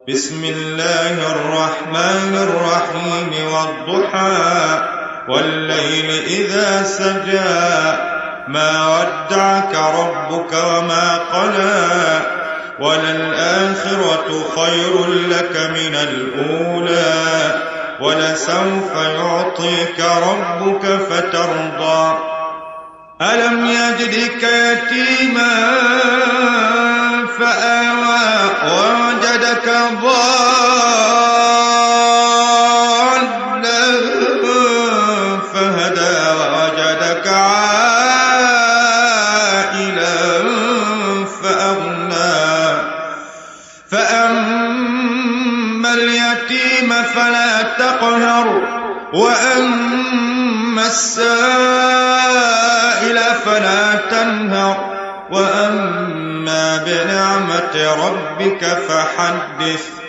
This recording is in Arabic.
بسم الله الرحمن الرحيم والضحى والليل إذا سجى ما ودعك ربك وما قلى وللآخرة خير لك من الأولى ولسوف يعطيك ربك فترضى ألم يجدك يتيما فآوى ووجدك ضالا فهدى ووجدك عائلا فأغنى فأما اليتيم فلا تقهر وأما السائل فلا تنهر وأما بنعمة ربك فحدث